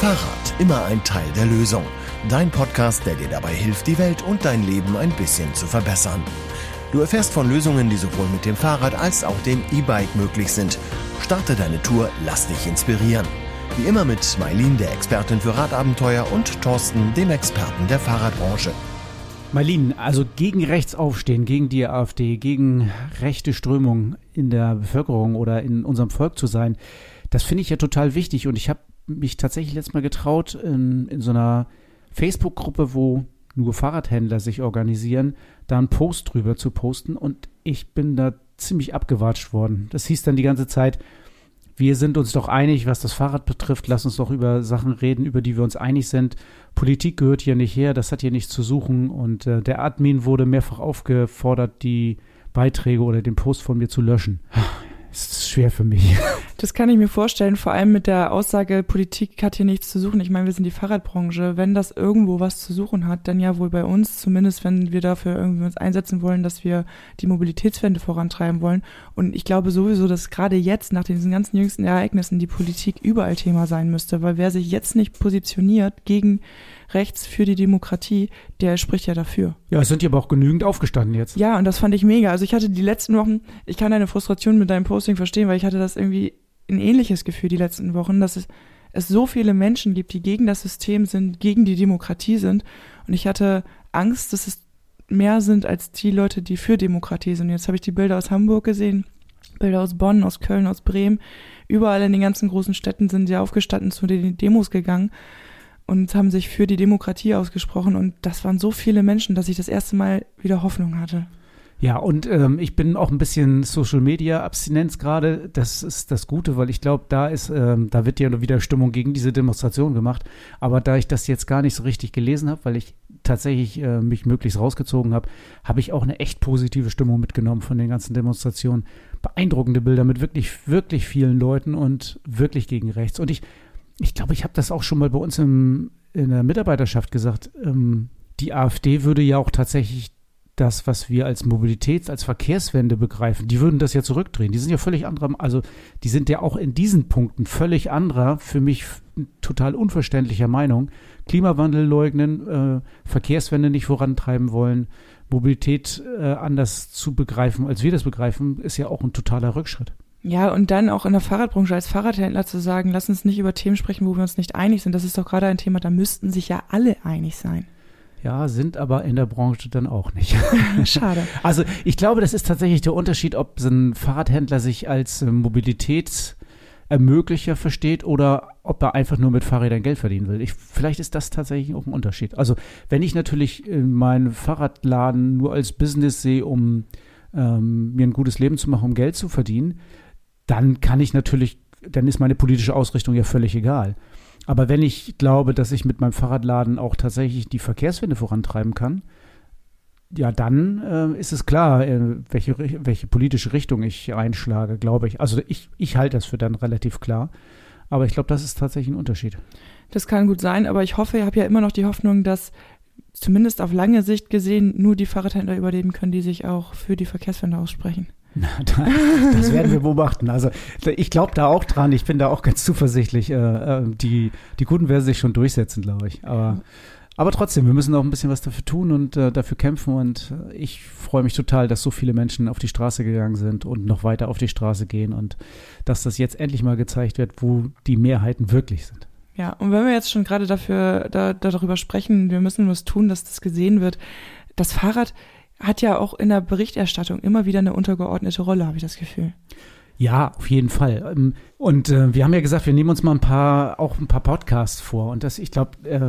Fahrrad, immer ein Teil der Lösung. Dein Podcast, der dir dabei hilft, die Welt und dein Leben ein bisschen zu verbessern. Du erfährst von Lösungen, die sowohl mit dem Fahrrad als auch dem E-Bike möglich sind. Starte deine Tour, lass dich inspirieren. Wie immer mit Maylin, der Expertin für Radabenteuer, und Thorsten, dem Experten der Fahrradbranche. Maylin, also gegen rechts aufstehen, gegen die AfD, gegen rechte Strömung in der Bevölkerung oder in unserem Volk zu sein, das finde ich ja total wichtig. Und ich habe mich tatsächlich letztes Mal getraut, in so einer Facebook-Gruppe, wo nur Fahrradhändler sich organisieren, da einen Post drüber zu posten. Und ich bin da ziemlich abgewatscht worden. Das hieß dann die ganze Zeit: Wir sind uns doch einig, was das Fahrrad betrifft. Lass uns doch über Sachen reden, über die wir uns einig sind. Politik gehört hier nicht her, das hat hier nichts zu suchen. Und der Admin wurde mehrfach aufgefordert, die Beiträge oder den Post von mir zu löschen. Es ist schwer für mich. Das kann ich mir vorstellen, vor allem mit der Aussage, Politik hat hier nichts zu suchen. Ich meine, wir sind die Fahrradbranche. Wenn das irgendwo was zu suchen hat, dann ja wohl bei uns, zumindest wenn wir dafür irgendwie uns einsetzen wollen, dass wir die Mobilitätswende vorantreiben wollen. Und ich glaube sowieso, dass gerade jetzt, nach diesen ganzen jüngsten Ereignissen, die Politik überall Thema sein müsste. Weil wer sich jetzt nicht positioniert gegen rechts für die Demokratie, der spricht ja dafür. Ja, es sind ja aber auch genügend aufgestanden jetzt. Ja, und das fand ich mega. Also ich hatte die letzten Wochen, ich kann deine Frustration mit deinem Posting verstehen, weil ich hatte das irgendwie ein ähnliches Gefühl die letzten Wochen, dass es so viele Menschen gibt, die gegen das System sind, gegen die Demokratie sind. Und ich hatte Angst, dass es mehr sind als die Leute, die für Demokratie sind. Jetzt habe ich die Bilder aus Hamburg gesehen, Bilder aus Bonn, aus Köln, aus Bremen. Überall in den ganzen großen Städten sind sie aufgestanden, zu den Demos gegangen und haben sich für die Demokratie ausgesprochen. Und das waren so viele Menschen, dass ich das erste Mal wieder Hoffnung hatte. Ja, und ich bin auch ein bisschen Social-Media-Abstinenz gerade. Das ist das Gute, weil ich glaube, da wird ja wieder Stimmung gegen diese Demonstration gemacht. Aber da ich das jetzt gar nicht so richtig gelesen habe, weil ich tatsächlich mich möglichst rausgezogen habe, habe ich auch eine echt positive Stimmung mitgenommen von den ganzen Demonstrationen. Beeindruckende Bilder mit wirklich, wirklich vielen Leuten und wirklich gegen rechts. Und ich glaube, ich habe das auch schon mal bei uns in der Mitarbeiterschaft gesagt. Die AfD würde ja auch tatsächlich das, was wir als als Verkehrswende begreifen, die würden das ja zurückdrehen. Die sind ja völlig anderer, also die sind ja auch in diesen Punkten völlig anderer, für mich total unverständlicher Meinung. Klimawandel leugnen, Verkehrswende nicht vorantreiben wollen, Mobilität anders zu begreifen, als wir das begreifen, ist ja auch ein totaler Rückschritt. Ja, und dann auch in der Fahrradbranche als Fahrradhändler zu sagen, lass uns nicht über Themen sprechen, wo wir uns nicht einig sind. Das ist doch gerade ein Thema, da müssten sich ja alle einig sein. Ja, sind aber in der Branche dann auch nicht. Schade. Also ich glaube, das ist tatsächlich der Unterschied, ob so ein Fahrradhändler sich als Mobilitätsermöglicher versteht oder ob er einfach nur mit Fahrrädern Geld verdienen will. Vielleicht ist das tatsächlich auch ein Unterschied. Also wenn ich natürlich meinen Fahrradladen nur als Business sehe, um mir ein gutes Leben zu machen, um Geld zu verdienen, dann ist meine politische Ausrichtung ja völlig egal. Aber wenn ich glaube, dass ich mit meinem Fahrradladen auch tatsächlich die Verkehrswende vorantreiben kann, ja, dann ist es klar, welche politische Richtung ich einschlage, glaube ich. Also ich halte das für dann relativ klar. Aber ich glaube, das ist tatsächlich ein Unterschied. Das kann gut sein, aber ich habe ja immer noch die Hoffnung, dass zumindest auf lange Sicht gesehen nur die Fahrradhändler überleben können, die sich auch für die Verkehrswende aussprechen. Na, das werden wir beobachten. Also ich glaube da auch dran. Ich bin da auch ganz zuversichtlich. Die Guten werden sich schon durchsetzen, glaube ich. Aber trotzdem, wir müssen auch ein bisschen was dafür tun und dafür kämpfen. Und ich freue mich total, dass so viele Menschen auf die Straße gegangen sind und noch weiter auf die Straße gehen und dass das jetzt endlich mal gezeigt wird, wo die Mehrheiten wirklich sind. Ja, und wenn wir jetzt schon gerade darüber sprechen, wir müssen was tun, dass das gesehen wird. Das Fahrrad hat ja auch in der Berichterstattung immer wieder eine untergeordnete Rolle, habe ich das Gefühl. Ja, auf jeden Fall. Und wir haben ja gesagt, wir nehmen uns mal ein paar Podcasts vor. Und ich glaube,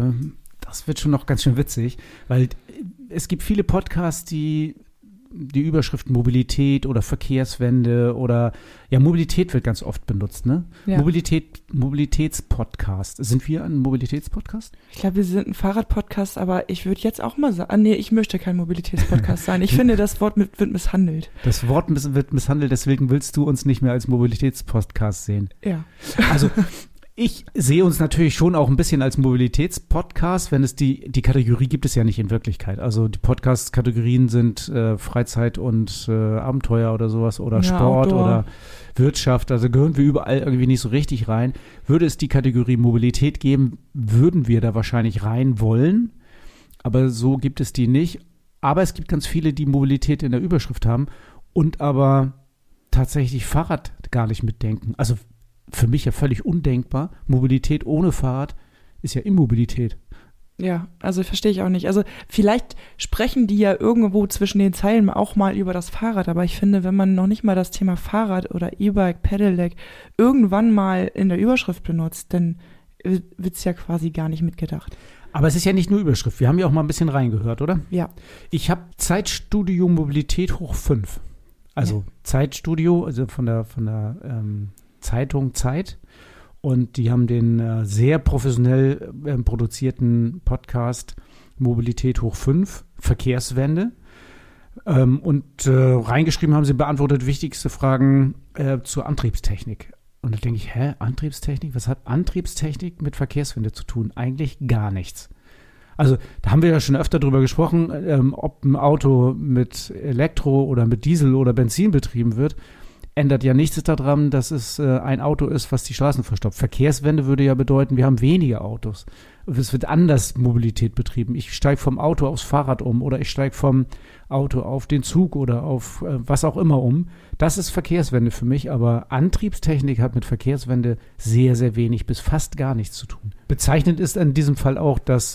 das wird schon noch ganz schön witzig, weil es gibt viele Podcasts, die Überschrift Mobilität oder Verkehrswende oder ja, Mobilität wird ganz oft benutzt, ne? Ja. Mobilitätspodcast. Sind wir ein Mobilitätspodcast? Ich glaube, wir sind ein Fahrradpodcast, aber ich würde jetzt auch mal sagen, nee, ich möchte kein Mobilitätspodcast sein. Ich finde, das Wort wird misshandelt. Das Wort wird misshandelt, deswegen willst du uns nicht mehr als Mobilitätspodcast sehen. Ja. Also Ich sehe uns natürlich schon auch ein bisschen als Mobilitätspodcast, wenn es die Kategorie gibt es ja nicht in Wirklichkeit. Also die Podcast-Kategorien sind Freizeit und Abenteuer oder sowas oder Sport Outdoor. Oder Wirtschaft. Also gehören wir überall irgendwie nicht so richtig rein. Würde es die Kategorie Mobilität geben, würden wir da wahrscheinlich rein wollen. Aber so gibt es die nicht. Aber es gibt ganz viele, die Mobilität in der Überschrift haben und aber tatsächlich Fahrrad gar nicht mitdenken. Also für mich ja völlig undenkbar. Mobilität ohne Fahrrad ist ja Immobilität. Ja, also verstehe ich auch nicht. Also vielleicht sprechen die ja irgendwo zwischen den Zeilen auch mal über das Fahrrad, aber ich finde, wenn man noch nicht mal das Thema Fahrrad oder E-Bike, Pedelec irgendwann mal in der Überschrift benutzt, dann wird es ja quasi gar nicht mitgedacht. Aber es ist ja nicht nur Überschrift. Wir haben ja auch mal ein bisschen reingehört, oder? Ja. Ich habe Zeitstudio Mobilität hoch 5. Also Zeitstudio, also von der Zeitung Zeit, und die haben den sehr professionell produzierten Podcast Mobilität hoch 5, Verkehrswende, und reingeschrieben haben sie beantwortet wichtigste Fragen zur Antriebstechnik. Und da denke ich, Antriebstechnik? Was hat Antriebstechnik mit Verkehrswende zu tun? Eigentlich gar nichts. Also da haben wir ja schon öfter drüber gesprochen, ob ein Auto mit Elektro oder mit Diesel oder Benzin betrieben wird, ändert ja nichts daran, dass es ein Auto ist, was die Straßen verstopft. Verkehrswende würde ja bedeuten, wir haben weniger Autos. Es wird anders Mobilität betrieben. Ich steige vom Auto aufs Fahrrad um oder ich steige vom Auto auf den Zug oder auf was auch immer um. Das ist Verkehrswende für mich, aber Antriebstechnik hat mit Verkehrswende sehr, sehr wenig bis fast gar nichts zu tun. Bezeichnend ist in diesem Fall auch, dass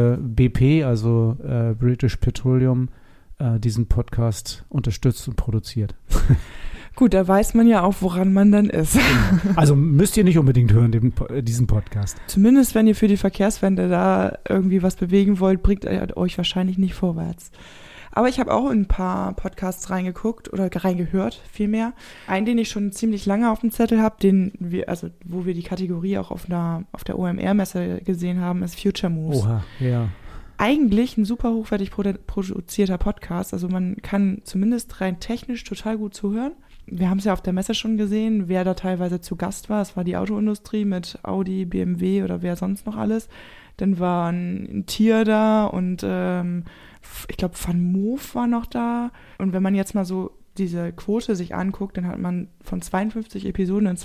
BP, also British Petroleum, diesen Podcast unterstützt und produziert. Gut, da weiß man ja auch, woran man dann ist. Also müsst ihr nicht unbedingt hören, diesen Podcast. Zumindest, wenn ihr für die Verkehrswende da irgendwie was bewegen wollt, bringt er euch wahrscheinlich nicht vorwärts. Aber ich habe auch in ein paar Podcasts reingeguckt oder reingehört, vielmehr. Einen, den ich schon ziemlich lange auf dem Zettel habe, wo wir die Kategorie auch auf der OMR-Messe gesehen haben, ist Future Moves. Oha, ja. Eigentlich ein super hochwertig produzierter Podcast. Also man kann zumindest rein technisch total gut zuhören. Wir haben es ja auf der Messe schon gesehen, wer da teilweise zu Gast war. Es war die Autoindustrie mit Audi, BMW oder wer sonst noch alles. Dann war ein Tier da und ich glaube Van Moof war noch da. Und wenn man jetzt mal so diese Quote sich anguckt, dann hat man von 52 Episoden in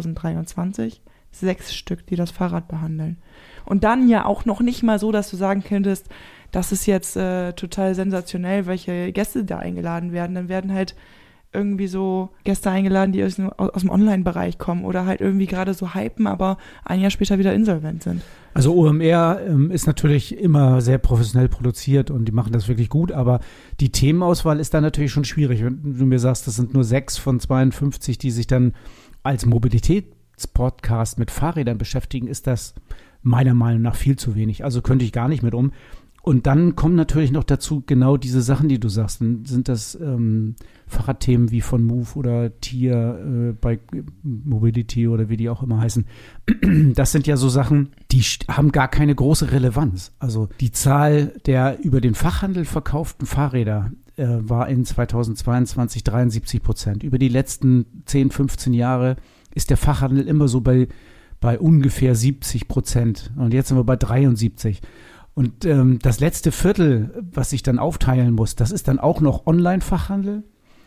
2023 6 Stück, die das Fahrrad behandeln. Und dann ja auch noch nicht mal so, dass du sagen könntest, das ist jetzt total sensationell, welche Gäste da eingeladen werden. Dann werden halt irgendwie so Gäste eingeladen, die aus dem Online-Bereich kommen oder halt irgendwie gerade so hypen, aber ein Jahr später wieder insolvent sind. Also OMR ist natürlich immer sehr professionell produziert und die machen das wirklich gut, aber die Themenauswahl ist dann natürlich schon schwierig. Wenn du mir sagst, das sind nur 6 von 52, die sich dann als Mobilitätspodcast mit Fahrrädern beschäftigen, ist das meiner Meinung nach viel zu wenig. Also könnte ich gar nicht mit um. Und dann kommen natürlich noch dazu genau diese Sachen, die du sagst. Dann sind das Fahrradthemen wie von Move oder Tier, Bike Mobility oder wie die auch immer heißen. Das sind ja so Sachen, die haben gar keine große Relevanz. Also die Zahl der über den Fachhandel verkauften Fahrräder war in 2022 73%. Über die letzten 10, 15 Jahre ist der Fachhandel immer so bei ungefähr 70%. Und jetzt sind wir bei 73%. Und das letzte Viertel, was sich dann aufteilen muss, das ist dann auch noch Online-Fachhandel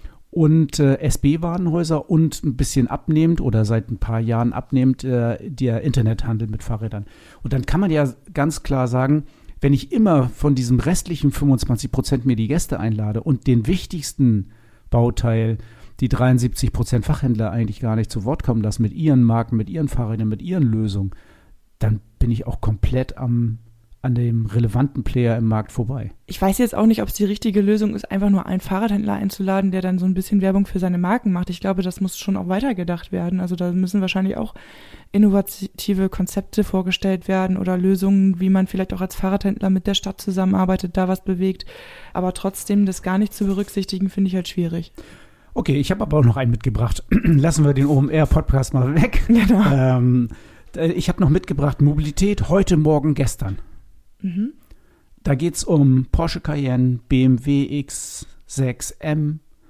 und SB-Warenhäuser und ein bisschen abnehmend oder seit ein paar Jahren abnehmend der Internethandel mit Fahrrädern. Und dann kann man ja ganz klar sagen, wenn ich immer von diesem restlichen 25% mir die Gäste einlade und den wichtigsten Bauteil, die 73% Fachhändler eigentlich gar nicht zu Wort kommen lassen mit ihren Marken, mit ihren Fahrrädern, mit ihren Lösungen, dann bin ich auch komplett an dem relevanten Player im Markt vorbei. Ich weiß jetzt auch nicht, ob es die richtige Lösung ist, einfach nur einen Fahrradhändler einzuladen, der dann so ein bisschen Werbung für seine Marken macht. Ich glaube, das muss schon auch weitergedacht werden. Also da müssen wahrscheinlich auch innovative Konzepte vorgestellt werden oder Lösungen, wie man vielleicht auch als Fahrradhändler mit der Stadt zusammenarbeitet, da was bewegt. Aber trotzdem das gar nicht zu berücksichtigen, finde ich halt schwierig. Okay, ich habe aber auch noch einen mitgebracht. Lassen wir den OMR-Podcast mal weg. Genau. Ich habe noch mitgebracht Mobilität heute, morgen, gestern. Mhm. Da geht es um Porsche Cayenne, BMW X6M,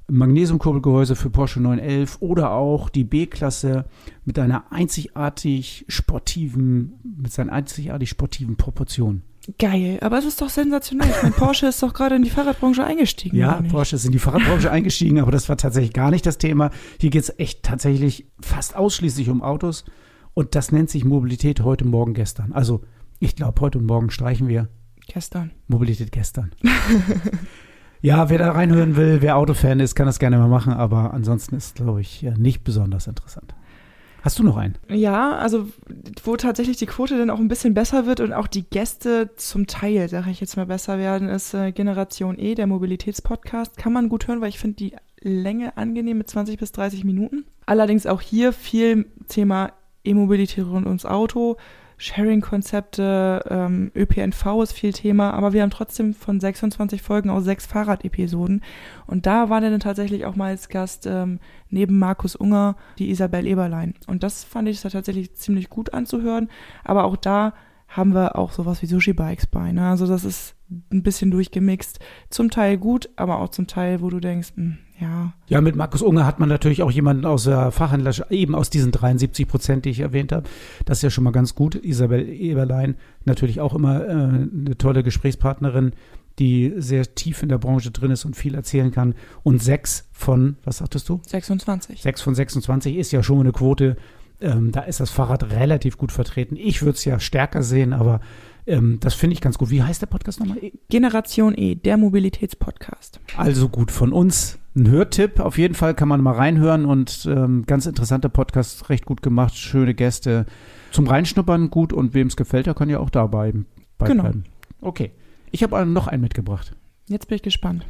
Magnesiumkurbelgehäuse für Porsche 911 oder auch die B-Klasse mit seinen einzigartig sportiven Proportionen. Geil, aber es ist doch sensationell. Ich meine, Porsche ist doch gerade in die Fahrradbranche eingestiegen. Ja, Porsche ist in die Fahrradbranche eingestiegen, aber das war tatsächlich gar nicht das Thema. Hier geht es echt tatsächlich fast ausschließlich um Autos und das nennt sich Mobilität heute, morgen, gestern. Also ich glaube, heute und morgen streichen wir Gestern. Mobilität gestern. Ja, wer da reinhören will, wer Autofan ist, kann das gerne mal machen, aber ansonsten ist, glaube ich, nicht besonders interessant. Hast du noch einen? Ja, also wo tatsächlich die Quote dann auch ein bisschen besser wird und auch die Gäste zum Teil, sage ich jetzt mal, besser werden, ist Generation E, der Mobilitätspodcast. Kann man gut hören, weil ich finde die Länge angenehm mit 20 bis 30 Minuten. Allerdings auch hier viel Thema E-Mobilität rund ums Auto, Sharing-Konzepte, ÖPNV ist viel Thema, aber wir haben trotzdem von 26 Folgen auch 6 Fahrradepisoden und da war dann tatsächlich auch mal als Gast neben Markus Unger die Isabel Eberlein und das fand ich tatsächlich ziemlich gut anzuhören, aber auch da haben wir auch sowas wie Sushi-Bikes bei, ne? Also das ist ein bisschen durchgemixt, zum Teil gut, aber auch zum Teil, wo du denkst, ja. Ja, mit Markus Unger hat man natürlich auch jemanden aus der Fachhändlerschaft, eben aus diesen 73%, die ich erwähnt habe. Das ist ja schon mal ganz gut. Isabel Eberlein, natürlich auch immer eine tolle Gesprächspartnerin, die sehr tief in der Branche drin ist und viel erzählen kann. Und 6 von, was sagtest du? 26. 6 von 26 ist ja schon eine Quote. Da ist das Fahrrad relativ gut vertreten. Ich würde es ja stärker sehen, aber das finde ich ganz gut. Wie heißt der Podcast nochmal? Generation E, der Mobilitätspodcast. Also gut, von uns ein Hörtipp. Auf jeden Fall kann man mal reinhören und ganz interessanter Podcast, recht gut gemacht, schöne Gäste. Zum Reinschnuppern gut und wem es gefällt, der kann ja auch dabei bleiben. Genau. Okay, ich habe noch einen mitgebracht. Jetzt bin ich gespannt.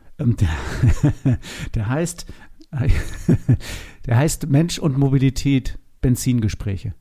Der heißt Mensch und Mobilität, Benzingespräche.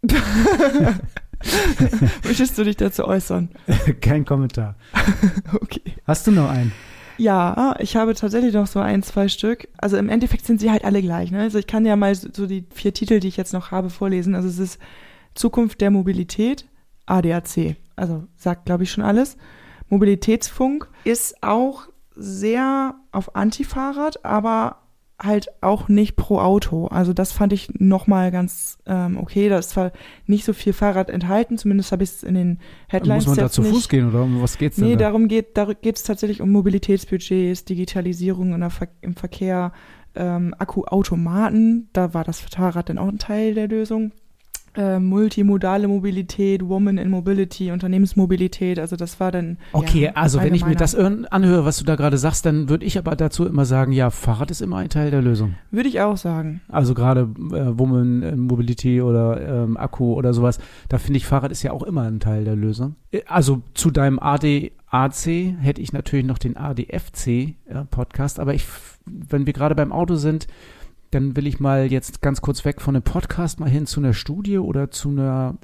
Möchtest du dich dazu äußern? Kein Kommentar. Okay. Hast du noch einen? Ja, ich habe tatsächlich noch so 1, 2 Stück. Also im Endeffekt sind sie halt alle gleich, ne? Also ich kann ja mal so die 4 Titel, die ich jetzt noch habe, vorlesen. Also es ist Zukunft der Mobilität, ADAC. Also sagt, glaube ich, schon alles. Mobilitätsfunk ist auch sehr auf Antifahrrad, aber halt auch nicht pro Auto. Also das fand ich nochmal ganz okay. Da ist zwar nicht so viel Fahrrad enthalten, zumindest habe ich es in den Headlines. Muss man da zu Fuß gehen oder um was geht's denn? Nee, da geht es tatsächlich um Mobilitätsbudgets, Digitalisierung im Verkehr, Akkuautomaten. Da war das Fahrrad dann auch ein Teil der Lösung. Multimodale Mobilität, Woman in Mobility, Unternehmensmobilität, also das war dann. Okay, ja, also wenn ich mir das anhöre, was du da gerade sagst, dann würde ich aber dazu immer sagen, ja, Fahrrad ist immer ein Teil der Lösung. Würde ich auch sagen. Also gerade Woman in Mobility oder Akku oder sowas, da finde ich, Fahrrad ist ja auch immer ein Teil der Lösung. Also zu deinem ADAC hätte ich natürlich noch den ADFC-Podcast, aber wenn wir gerade beim Auto sind, dann will ich mal jetzt ganz kurz weg von einem Podcast mal hin zu einer Studie oder zu einer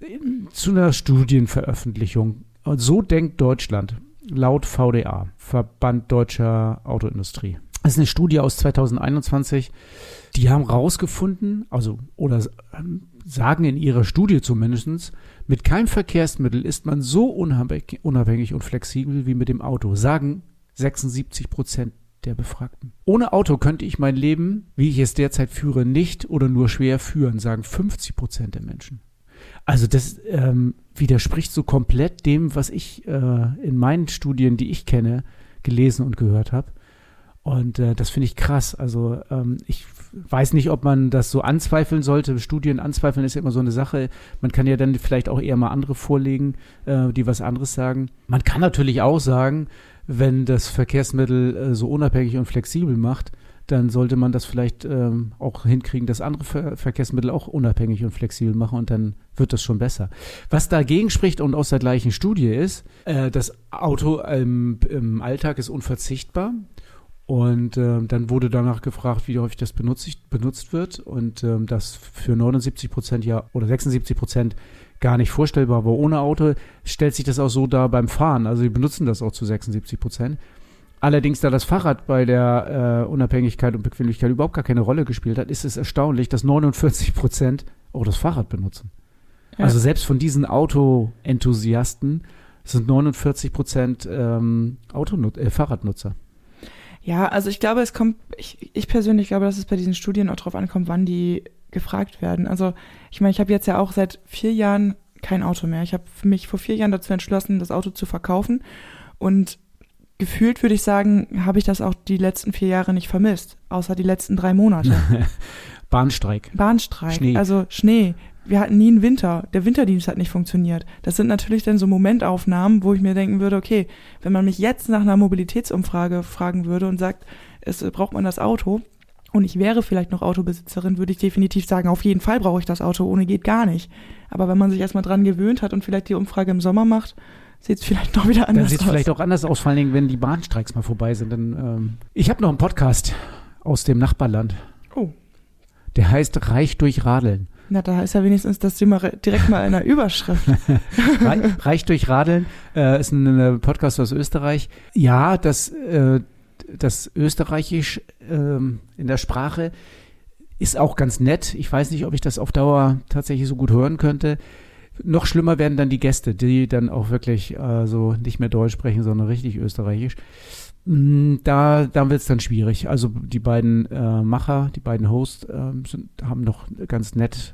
Studienveröffentlichung. Und so denkt Deutschland, laut VDA, Verband Deutscher Autoindustrie. Das ist eine Studie aus 2021. Die haben rausgefunden, sagen in ihrer Studie zumindest, mit keinem Verkehrsmittel ist man so unabhängig und flexibel wie mit dem Auto, sagen 76% der Befragten. Ohne Auto könnte ich mein Leben, wie ich es derzeit führe, nicht oder nur schwer führen, sagen 50% der Menschen. Also das widerspricht so komplett dem, was ich in meinen Studien, die ich kenne, gelesen und gehört habe. Und das finde ich krass. Also ich weiß nicht, ob man das so anzweifeln sollte. Studien anzweifeln ist ja immer so eine Sache. Man kann ja dann vielleicht auch eher mal andere vorlegen, die was anderes sagen. Man kann natürlich auch sagen, wenn das Verkehrsmittel so unabhängig und flexibel macht, dann sollte man das vielleicht auch hinkriegen, dass andere Verkehrsmittel auch unabhängig und flexibel machen und dann wird das schon besser. Was dagegen spricht und aus der gleichen Studie ist, das Auto im Alltag ist unverzichtbar. Und dann wurde danach gefragt, wie häufig das benutzt wird und das für 79% oder 76% gar nicht vorstellbar war. Ohne Auto stellt sich das auch so dar beim Fahren. Also die benutzen das auch zu 76%. Allerdings, da das Fahrrad bei der Unabhängigkeit und Bequemlichkeit überhaupt gar keine Rolle gespielt hat, ist es erstaunlich, dass 49% auch das Fahrrad benutzen. Ja. Also selbst von diesen Auto-Enthusiasten sind 49% Fahrradnutzer. Ja, also ich glaube, ich persönlich glaube, dass es bei diesen Studien auch drauf ankommt, wann die gefragt werden. Also ich meine, ich habe jetzt ja auch seit 4 Jahren kein Auto mehr. Ich habe mich vor 4 Jahren dazu entschlossen, das Auto zu verkaufen und gefühlt würde ich sagen, habe ich das auch die letzten 4 Jahre nicht vermisst, außer die letzten 3 Monate. Bahnstreik. Schnee. Also Schnee. Wir hatten nie einen Winter. Der Winterdienst hat nicht funktioniert. Das sind natürlich dann so Momentaufnahmen, wo ich mir denken würde, okay, wenn man mich jetzt nach einer Mobilitätsumfrage fragen würde und sagt, braucht man das Auto und ich wäre vielleicht noch Autobesitzerin, würde ich definitiv sagen, auf jeden Fall brauche ich das Auto, ohne geht gar nicht. Aber wenn man sich erstmal dran gewöhnt hat und vielleicht die Umfrage im Sommer macht, sieht es vielleicht noch wieder anders aus. Dann sieht es vielleicht auch anders aus, vor allen Dingen, wenn die Bahnstreiks mal vorbei sind. Dann, ich habe noch einen Podcast aus dem Nachbarland. Oh. Der heißt Reich durch Radeln. Na, da ist ja wenigstens das Thema direkt mal in der Überschrift. Reich durch Radeln ist ein Podcast aus Österreich. Ja, das Österreichisch in der Sprache ist auch ganz nett. Ich weiß nicht, ob ich das auf Dauer tatsächlich so gut hören könnte. Noch schlimmer werden dann die Gäste, die dann auch wirklich so nicht mehr Deutsch sprechen, sondern richtig Österreichisch. Da wird es dann schwierig. Also die beiden Macher, die beiden Hosts haben noch ganz nett,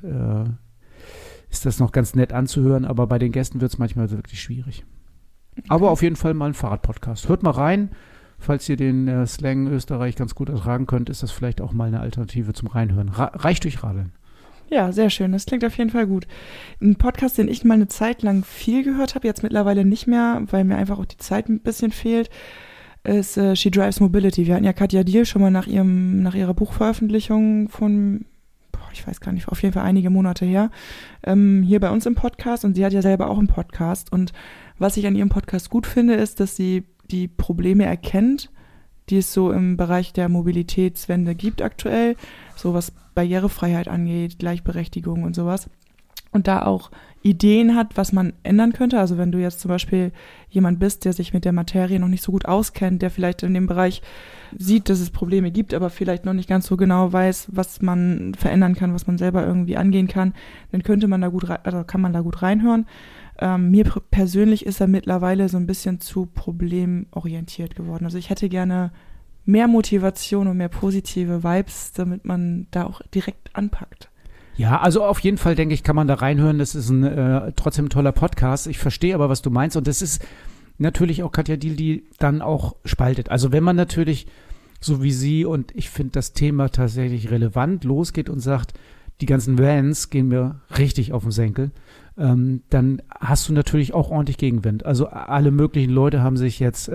ist das noch ganz nett anzuhören, aber bei den Gästen wird es manchmal wirklich schwierig. Okay. Aber auf jeden Fall mal ein Fahrradpodcast. Hört mal rein, falls ihr den Slang Österreich ganz gut ertragen könnt, ist das vielleicht auch mal eine Alternative zum Reinhören. Reich durch Radeln. Ja, sehr schön. Das klingt auf jeden Fall gut. Ein Podcast, den ich mal eine Zeit lang viel gehört habe, jetzt mittlerweile nicht mehr, weil mir einfach auch die Zeit ein bisschen fehlt, ist She Drives Mobility. Wir hatten ja Katja Diehl schon mal nach ihrer Buchveröffentlichung von, ich weiß gar nicht, auf jeden Fall einige Monate her, hier bei uns im Podcast, und sie hat ja selber auch einen Podcast, und was ich an ihrem Podcast gut finde, ist, dass sie die Probleme erkennt, die es so im Bereich der Mobilitätswende gibt aktuell, so was Barrierefreiheit angeht, Gleichberechtigung und sowas, und da auch Ideen hat, was man ändern könnte. Also wenn du jetzt zum Beispiel jemand bist, der sich mit der Materie noch nicht so gut auskennt, der vielleicht in dem Bereich sieht, dass es Probleme gibt, aber vielleicht noch nicht ganz so genau weiß, was man verändern kann, was man selber irgendwie angehen kann, dann kann man da gut reinhören. Mir persönlich ist er mittlerweile so ein bisschen zu problemorientiert geworden. Also ich hätte gerne mehr Motivation und mehr positive Vibes, damit man da auch direkt anpackt. Ja, also auf jeden Fall, denke ich, kann man da reinhören. Das ist trotzdem ein toller Podcast. Ich verstehe aber, was du meinst. Und das ist natürlich auch Katja Diehl, die dann auch spaltet. Also wenn man natürlich, so wie sie, und ich finde das Thema tatsächlich relevant, losgeht und sagt, die ganzen Vans gehen mir richtig auf den Senkel, dann hast du natürlich auch ordentlich Gegenwind. Also alle möglichen Leute haben sich jetzt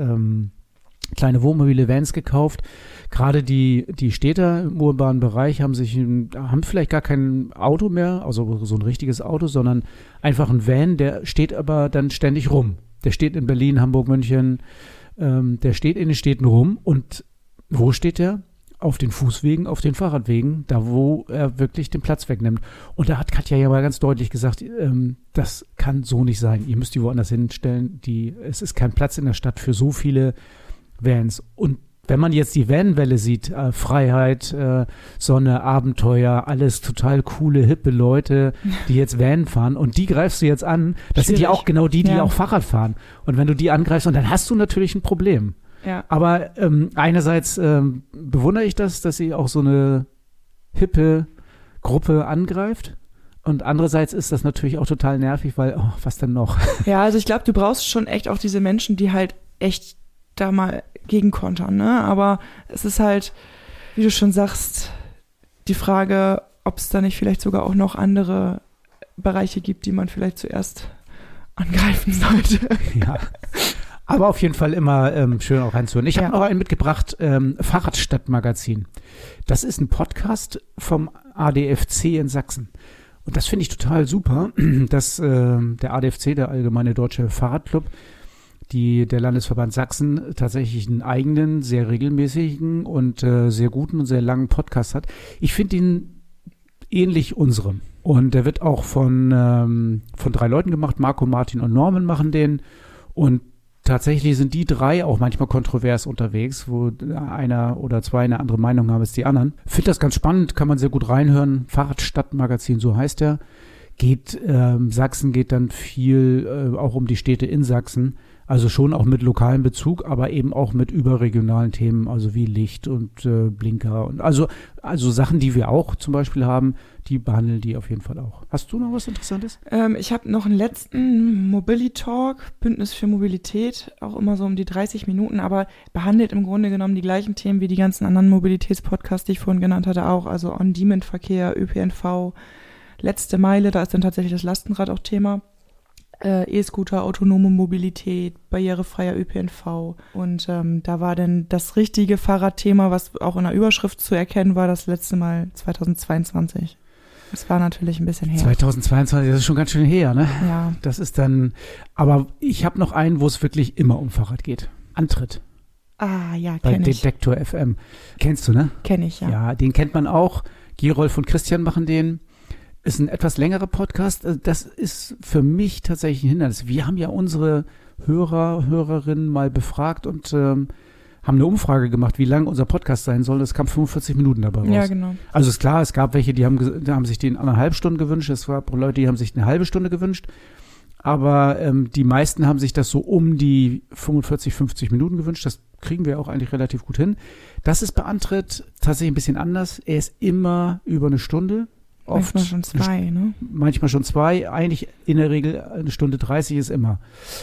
kleine wohnmobile Vans gekauft. Gerade die Städter im urbanen Bereich haben vielleicht gar kein Auto mehr, also so ein richtiges Auto, sondern einfach ein Van, der steht aber dann ständig rum. Der steht in Berlin, Hamburg, München, der steht in den Städten rum. Und wo steht der? Auf den Fußwegen, auf den Fahrradwegen, da wo er wirklich den Platz wegnimmt. Und da hat Katja ja mal ganz deutlich gesagt, das kann so nicht sein. Ihr müsst die woanders hinstellen. Es ist kein Platz in der Stadt für so viele Vans. Und wenn man jetzt die Vanwelle sieht, Freiheit, Sonne, Abenteuer, alles total coole, hippe Leute, die jetzt Van fahren, und die greifst du jetzt an, das sind ja auch genau die auch Fahrrad fahren. Und wenn du die angreifst, und dann hast du natürlich ein Problem. Ja. Aber einerseits bewundere ich das, dass sie auch so eine hippe Gruppe angreift. Und andererseits ist das natürlich auch total nervig, weil, was denn noch? Ja, also ich glaube, du brauchst schon echt auch diese Menschen, die halt echt da mal gegenkontern, ne? Aber es ist halt, wie du schon sagst, die Frage, ob es da nicht vielleicht sogar auch noch andere Bereiche gibt, die man vielleicht zuerst angreifen sollte. Ja, aber auf jeden Fall immer schön auch reinzuhören. Ich habe noch einen mitgebracht, Fahrradstadtmagazin. Das ist ein Podcast vom ADFC in Sachsen. Und das finde ich total super, dass der ADFC, der Allgemeine Deutsche Fahrradclub, der Landesverband Sachsen, tatsächlich einen eigenen, sehr regelmäßigen und sehr guten und sehr langen Podcast hat. Ich finde ihn ähnlich unserem. Und der wird auch von 3 Leuten gemacht. Marco, Martin und Norman machen den. Und tatsächlich sind die 3 auch manchmal kontrovers unterwegs, wo einer oder 2 eine andere Meinung haben als die anderen. Finde das ganz spannend, kann man sehr gut reinhören. Fahrradstadtmagazin, so heißt er. Sachsen geht dann viel auch um die Städte in Sachsen. Also schon auch mit lokalem Bezug, aber eben auch mit überregionalen Themen, also wie Licht und Blinker und also Sachen, die wir auch zum Beispiel haben, die behandeln die auf jeden Fall auch. Hast du noch was Interessantes? Ich habe noch einen letzten Mobility-Talk, Bündnis für Mobilität, auch immer so um die 30 Minuten, aber behandelt im Grunde genommen die gleichen Themen wie die ganzen anderen Mobilitätspodcasts, die ich vorhin genannt hatte, auch. Also On-Demand-Verkehr, ÖPNV, letzte Meile, da ist dann tatsächlich das Lastenrad auch Thema. E-Scooter, autonome Mobilität, barrierefreier ÖPNV. Und da war dann das richtige Fahrradthema, was auch in der Überschrift zu erkennen war, das letzte Mal 2022. Das war natürlich ein bisschen her. 2022, das ist schon ganz schön her, ne? Ja. Das ist dann, aber ich habe noch einen, wo es wirklich immer um Fahrrad geht. Antritt. Ah, ja, bei kenn ich. Detektor FM. Kennst du, ne? Kenn ich, ja. Ja, den kennt man auch. Gerolf und Christian machen den. Ist ein etwas längerer Podcast. Das ist für mich tatsächlich ein Hindernis. Wir haben ja unsere Hörerinnen mal befragt und haben eine Umfrage gemacht, wie lang unser Podcast sein soll. Es kam 45 Minuten dabei raus. Ja, genau. Also ist klar, es gab welche, die haben sich den 1,5 Stunden gewünscht. Es gab Leute, die haben sich eine halbe Stunde gewünscht. Aber die meisten haben sich das so um die 45, 50 Minuten gewünscht. Das kriegen wir auch eigentlich relativ gut hin. Das ist bei Antritt tatsächlich ein bisschen anders. Er ist immer über eine Stunde. Oft manchmal schon 2, ne? Manchmal schon 2. Eigentlich in der Regel 1 Stunde 30 ist immer.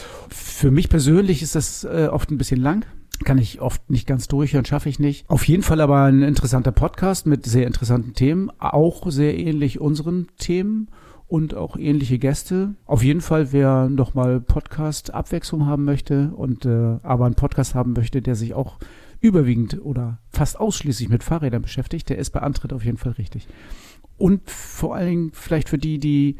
Für mich persönlich ist das oft ein bisschen lang. Kann ich oft nicht ganz durchhören, schaffe ich nicht. Auf jeden Fall aber ein interessanter Podcast mit sehr interessanten Themen. Auch sehr ähnlich unseren Themen und auch ähnliche Gäste. Auf jeden Fall, wer nochmal Podcast-Abwechslung haben möchte und aber einen Podcast haben möchte, der sich auch überwiegend oder fast ausschließlich mit Fahrrädern beschäftigt, der ist bei Antritt auf jeden Fall richtig. Und vor allen Dingen vielleicht für die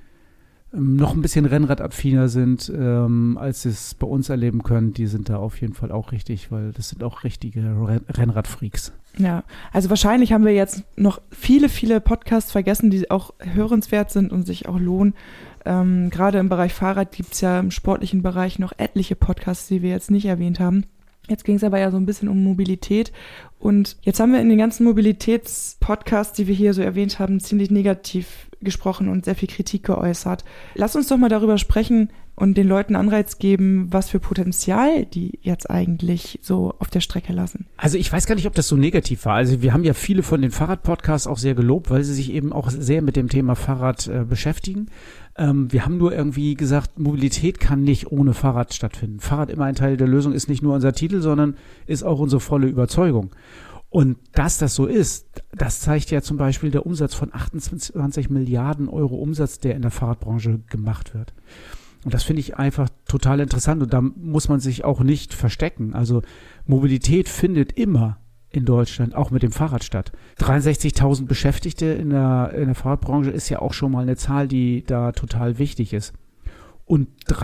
noch ein bisschen Rennradaffiner sind, als sie es bei uns erleben können, die sind da auf jeden Fall auch richtig, weil das sind auch richtige Rennradfreaks. Ja, also wahrscheinlich haben wir jetzt noch viele, viele Podcasts vergessen, die auch hörenswert sind und sich auch lohnen. Gerade im Bereich Fahrrad gibt es ja im sportlichen Bereich noch etliche Podcasts, die wir jetzt nicht erwähnt haben. Jetzt ging es aber ja so ein bisschen um Mobilität und jetzt haben wir in den ganzen Mobilitätspodcasts, die wir hier so erwähnt haben, ziemlich negativ gesprochen und sehr viel Kritik geäußert. Lass uns doch mal darüber sprechen und den Leuten Anreiz geben, was für Potenzial die jetzt eigentlich so auf der Strecke lassen. Also ich weiß gar nicht, ob das so negativ war. Also wir haben ja viele von den Fahrradpodcasts auch sehr gelobt, weil sie sich eben auch sehr mit dem Thema Fahrrad beschäftigen. Wir haben nur irgendwie gesagt, Mobilität kann nicht ohne Fahrrad stattfinden. Fahrrad immer ein Teil der Lösung ist nicht nur unser Titel, sondern ist auch unsere volle Überzeugung. Und dass das so ist, das zeigt ja zum Beispiel der Umsatz von 28 Milliarden Euro Umsatz, der in der Fahrradbranche gemacht wird. Und das finde ich einfach total interessant und da muss man sich auch nicht verstecken. Also Mobilität findet immer in Deutschland auch mit dem Fahrrad statt. 63.000 Beschäftigte in der Fahrradbranche ist ja auch schon mal eine Zahl, die da total wichtig ist. Und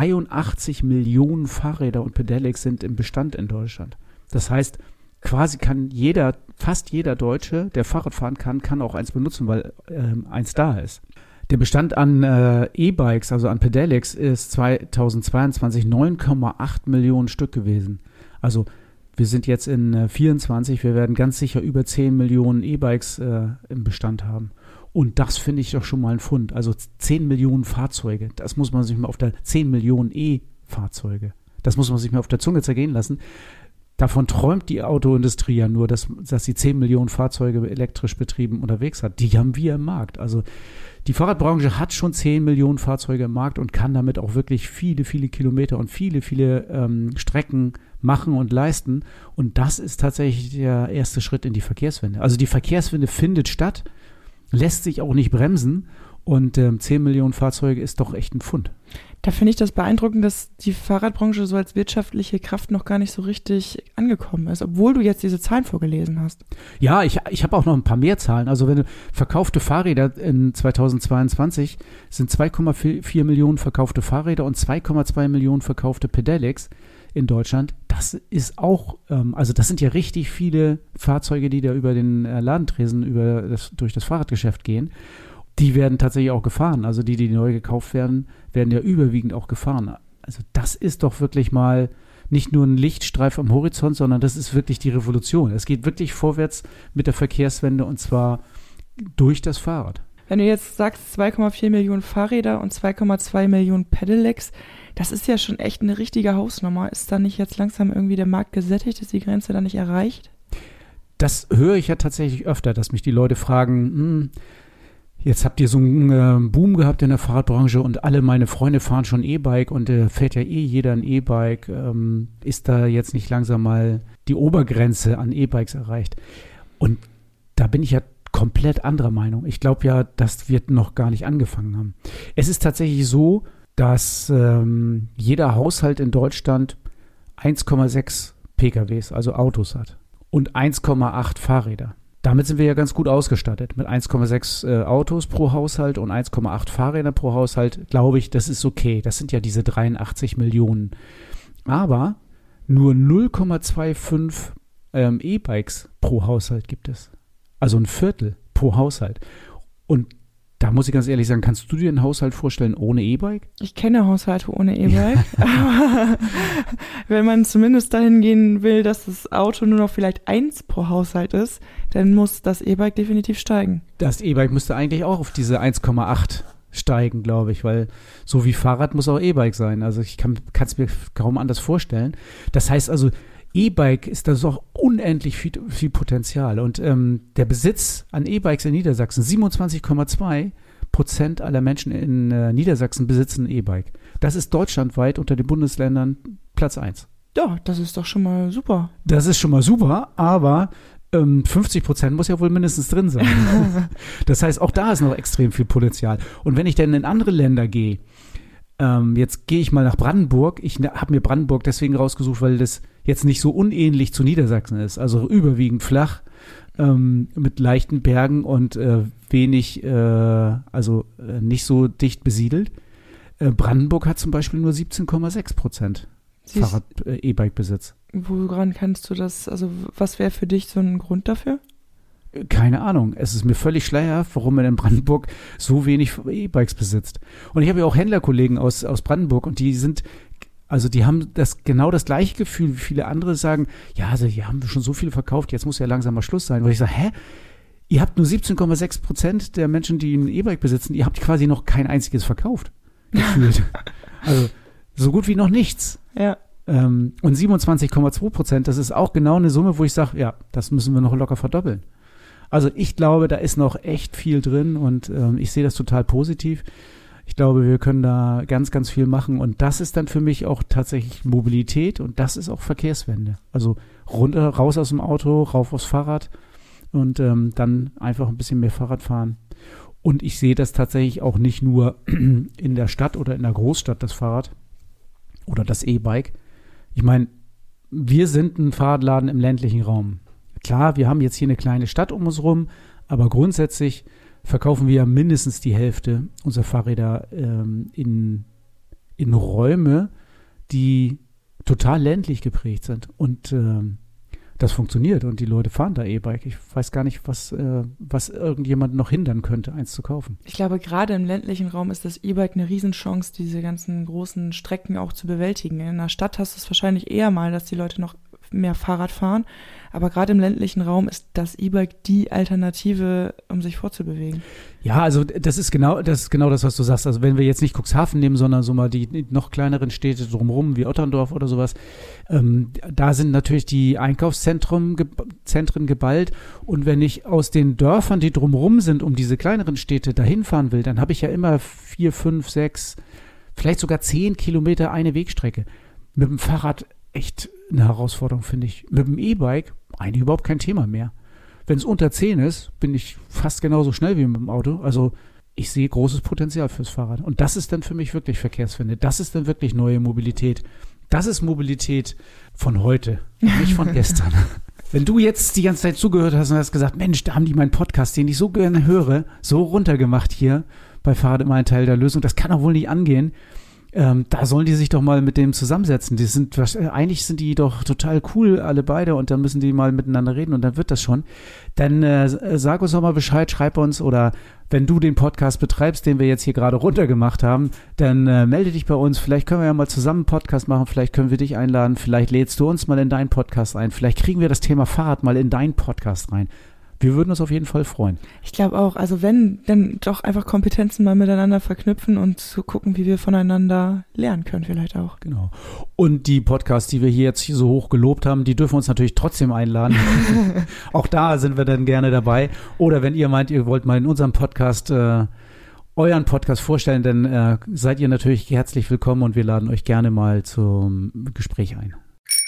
83 Millionen Fahrräder und Pedelecs sind im Bestand in Deutschland. Das heißt, quasi kann fast jeder Deutsche, der Fahrrad fahren kann auch eins benutzen, weil eins da ist. Der Bestand an E-Bikes, also an Pedelecs, ist 2022 9,8 Millionen Stück gewesen. Also wir sind jetzt in 24, wir werden ganz sicher über 10 Millionen E-Bikes im Bestand haben. Und das finde ich doch schon mal ein Fund. Also 10 Millionen Fahrzeuge, das muss man sich mal auf der 10 Millionen E-Fahrzeuge, das muss man sich mal auf der Zunge zergehen lassen. Davon träumt die Autoindustrie ja nur, dass sie 10 Millionen Fahrzeuge elektrisch betrieben unterwegs hat. Die haben wir im Markt. Also die Fahrradbranche hat schon 10 Millionen Fahrzeuge im Markt und kann damit auch wirklich viele, viele Kilometer und viele, viele Strecken machen und leisten. Und das ist tatsächlich der erste Schritt in die Verkehrswende. Also die Verkehrswende findet statt, lässt sich auch nicht bremsen. Und 10 Millionen Fahrzeuge ist doch echt ein Pfund. Da finde ich das beeindruckend, dass die Fahrradbranche so als wirtschaftliche Kraft noch gar nicht so richtig angekommen ist, obwohl du jetzt diese Zahlen vorgelesen hast. Ja, ich habe auch noch ein paar mehr Zahlen. Also wenn du verkaufte Fahrräder in 2022 sind 2,4 Millionen verkaufte Fahrräder und 2,2 Millionen verkaufte Pedelecs in Deutschland. Das ist auch, also das sind ja richtig viele Fahrzeuge, die da über den Ladentresen durch das Fahrradgeschäft gehen. Die werden tatsächlich auch gefahren. Also die neu gekauft werden, werden ja überwiegend auch gefahren. Also das ist doch wirklich mal nicht nur ein Lichtstreif am Horizont, sondern das ist wirklich die Revolution. Es geht wirklich vorwärts mit der Verkehrswende und zwar durch das Fahrrad. Wenn du jetzt sagst 2,4 Millionen Fahrräder und 2,2 Millionen Pedelecs, Das ist ja schon echt eine richtige Hausnummer. Ist da nicht jetzt langsam irgendwie der Markt gesättigt, ist die Grenze da nicht erreicht? Das höre ich ja tatsächlich öfter, dass mich die Leute fragen, jetzt habt ihr so einen Boom gehabt in der Fahrradbranche und alle meine Freunde fahren schon E-Bike und fährt ja jeder ein E-Bike. Ist da jetzt nicht langsam mal die Obergrenze an E-Bikes erreicht? Und da bin ich ja komplett anderer Meinung. Ich glaube ja, dass wir noch gar nicht angefangen haben. Es ist tatsächlich so, dass jeder Haushalt in Deutschland 1,6 PKWs, also Autos hat und 1,8 Fahrräder. Damit sind wir ja ganz gut ausgestattet. Mit 1,6 Autos pro Haushalt und 1,8 Fahrrädern pro Haushalt, glaube ich, das ist okay. Das sind ja diese 83 Millionen. Aber nur 0,25 E-Bikes pro Haushalt gibt es. Also ein Viertel pro Haushalt. Und da muss ich ganz ehrlich sagen, kannst du dir einen Haushalt vorstellen ohne E-Bike? Ich kenne Haushalte ohne E-Bike. Aber wenn man zumindest dahin gehen will, dass das Auto nur noch vielleicht 1 pro Haushalt ist, dann muss das E-Bike definitiv steigen. Das E-Bike müsste eigentlich auch auf diese 1,8 steigen, glaube ich, weil so wie Fahrrad muss auch E-Bike sein. Also ich kann es mir kaum anders vorstellen. Das heißt also, E-Bike ist da so unendlich viel Potenzial. Und der Besitz an E-Bikes in Niedersachsen, 27,2% aller Menschen in Niedersachsen besitzen ein E-Bike. Das ist deutschlandweit unter den Bundesländern Platz 1. Ja, das ist doch schon mal super. Das ist schon mal super, aber 50% muss ja wohl mindestens drin sein. Das heißt, auch da ist noch extrem viel Potenzial. Und wenn ich dann in andere Länder gehe, jetzt gehe ich mal nach Brandenburg. Ich habe mir Brandenburg deswegen rausgesucht, weil das jetzt nicht so unähnlich zu Niedersachsen ist. Also überwiegend flach, mit leichten Bergen und wenig, nicht so dicht besiedelt. Brandenburg hat zum Beispiel nur 17,6% Fahrrad-E-Bike-Besitz. Woran kannst du das, also was wäre für dich so ein Grund dafür? Keine Ahnung. Es ist mir völlig schleierhaft, warum man in Brandenburg so wenig E-Bikes besitzt. Und ich habe ja auch Händlerkollegen aus Brandenburg und die haben genau das gleiche Gefühl, wie viele andere sagen, ja, also hier haben wir schon so viel verkauft, jetzt muss ja langsam mal Schluss sein. Weil ich sage, ihr habt nur 17,6% der Menschen, die ein E-Bike besitzen, ihr habt quasi noch kein einziges verkauft. Gefühlt. Also so gut wie noch nichts. Ja. Und 27,2%, das ist auch genau eine Summe, wo ich sage, ja, das müssen wir noch locker verdoppeln. Also ich glaube, da ist noch echt viel drin und ich sehe das total positiv. Ich glaube, wir können da ganz, ganz viel machen und das ist dann für mich auch tatsächlich Mobilität und das ist auch Verkehrswende. Also raus aus dem Auto, rauf aufs Fahrrad und dann einfach ein bisschen mehr Fahrrad fahren. Und ich sehe das tatsächlich auch nicht nur in der Stadt oder in der Großstadt, das Fahrrad oder das E-Bike. Ich meine, wir sind ein Fahrradladen im ländlichen Raum. Klar, wir haben jetzt hier eine kleine Stadt um uns rum, aber grundsätzlich verkaufen wir ja mindestens die Hälfte unserer Fahrräder in Räume, die total ländlich geprägt sind. Und das funktioniert und die Leute fahren da E-Bike. Ich weiß gar nicht, was irgendjemand noch hindern könnte, eins zu kaufen. Ich glaube, gerade im ländlichen Raum ist das E-Bike eine Riesenchance, diese ganzen großen Strecken auch zu bewältigen. In einer Stadt hast du es wahrscheinlich eher mal, dass die Leute noch mehr Fahrrad fahren. Aber gerade im ländlichen Raum ist das E-Bike die Alternative, um sich fortzubewegen. Ja, also das ist genau das, was du sagst. Also wenn wir jetzt nicht Cuxhaven nehmen, sondern so mal die noch kleineren Städte drumherum, wie Otterndorf oder sowas, da sind natürlich die Einkaufszentren geballt. Und wenn ich aus den Dörfern, die drumherum sind, um diese kleineren Städte dahin fahren will, dann habe ich ja immer 4, 5, 6, vielleicht sogar 10 Kilometer eine Wegstrecke. Mit dem Fahrrad echt eine Herausforderung, finde ich. Mit dem E-Bike eigentlich überhaupt kein Thema mehr. Wenn es unter 10 ist, bin ich fast genauso schnell wie mit dem Auto. Also ich sehe großes Potenzial fürs Fahrrad. Und das ist dann für mich wirklich Verkehrswende. Das ist dann wirklich neue Mobilität. Das ist Mobilität von heute, nicht von gestern. Wenn du jetzt die ganze Zeit zugehört hast und hast gesagt, Mensch, da haben die meinen Podcast, den ich so gerne höre, so runtergemacht hier bei Fahrrad immer ein Teil der Lösung. Das kann doch wohl nicht angehen. Da sollen die sich doch mal mit dem zusammensetzen. Eigentlich sind die doch total cool, alle beide, und dann müssen die mal miteinander reden und dann wird das schon. Dann sag uns doch mal Bescheid, schreib uns, oder wenn du den Podcast betreibst, den wir jetzt hier gerade runtergemacht haben, dann melde dich bei uns. Vielleicht können wir ja mal zusammen einen Podcast machen, vielleicht können wir dich einladen, vielleicht lädst du uns mal in deinen Podcast ein, vielleicht kriegen wir das Thema Fahrrad mal in deinen Podcast rein. wir würden uns auf jeden Fall freuen. Ich glaube auch, also wenn, dann doch einfach Kompetenzen mal miteinander verknüpfen und zu gucken, wie wir voneinander lernen können vielleicht auch. Genau. Und die Podcasts, die wir hier jetzt so hoch gelobt haben, die dürfen uns natürlich trotzdem einladen. Auch da sind wir dann gerne dabei. Oder wenn ihr meint, ihr wollt mal in unserem Podcast euren Podcast vorstellen, dann seid ihr natürlich herzlich willkommen und wir laden euch gerne mal zum Gespräch ein.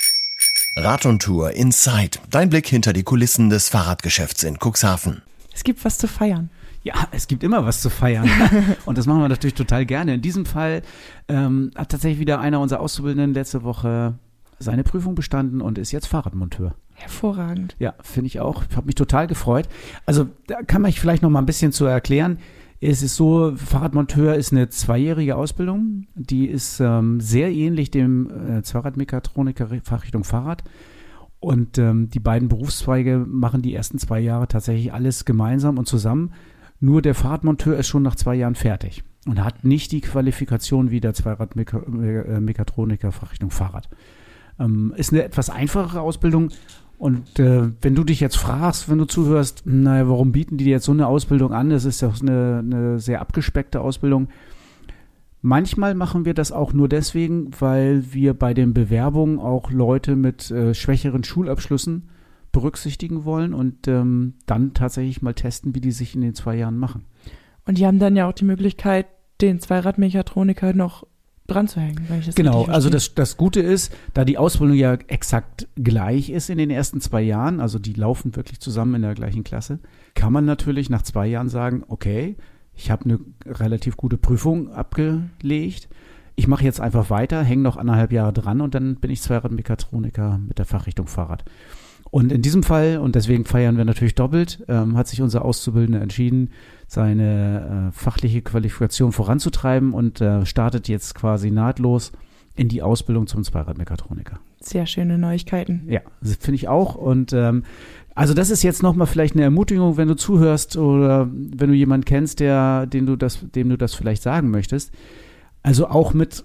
Rad und Tour Inside. Dein Blick hinter die Kulissen des Fahrradgeschäfts in Cuxhaven. Es gibt was zu feiern. Ja, es gibt immer was zu feiern. Und das machen wir natürlich total gerne. In diesem Fall hat tatsächlich wieder einer unserer Auszubildenden letzte Woche seine Prüfung bestanden und ist jetzt Fahrradmonteur. Hervorragend. Ja, finde ich auch. Ich habe mich total gefreut. Also da kann man vielleicht noch mal ein bisschen zu erklären. Es ist so, Fahrradmonteur ist eine 2-jährige Ausbildung, die ist sehr ähnlich dem Zweiradmechatroniker Fachrichtung Fahrrad und die beiden Berufszweige machen die ersten 2 Jahre tatsächlich alles gemeinsam und zusammen, nur der Fahrradmonteur ist schon nach 2 Jahren fertig und hat nicht die Qualifikation wie der Zweiradmechatroniker Fachrichtung Fahrrad. Ist eine etwas einfachere Ausbildung. Und wenn du dich jetzt fragst, wenn du zuhörst, naja, warum bieten die jetzt so eine Ausbildung an? Das ist ja eine sehr abgespeckte Ausbildung. Manchmal machen wir das auch nur deswegen, weil wir bei den Bewerbungen auch Leute mit schwächeren Schulabschlüssen berücksichtigen wollen und dann tatsächlich mal testen, wie die sich in den 2 Jahren machen. Und die haben dann ja auch die Möglichkeit, den Zweiradmechatroniker noch dran zu hängen, wenn ich das genau, richtig also verstehe. das Gute ist, da die Ausbildung ja exakt gleich ist in den ersten 2 Jahren, also die laufen wirklich zusammen in der gleichen Klasse, kann man natürlich nach 2 Jahren sagen, okay, ich habe eine relativ gute Prüfung abgelegt, ich mache jetzt einfach weiter, hänge noch 1,5 Jahre dran und dann bin ich Zweiradmechatroniker mit der Fachrichtung Fahrrad. Und in diesem Fall, und deswegen feiern wir natürlich doppelt, hat sich unser Auszubildender entschieden, seine fachliche Qualifikation voranzutreiben und startet jetzt quasi nahtlos in die Ausbildung zum Zweiradmechatroniker. Sehr schöne Neuigkeiten. Ja, finde ich auch. Und also das ist jetzt nochmal vielleicht eine Ermutigung, wenn du zuhörst oder wenn du jemanden kennst, dem du das vielleicht sagen möchtest. Also auch mit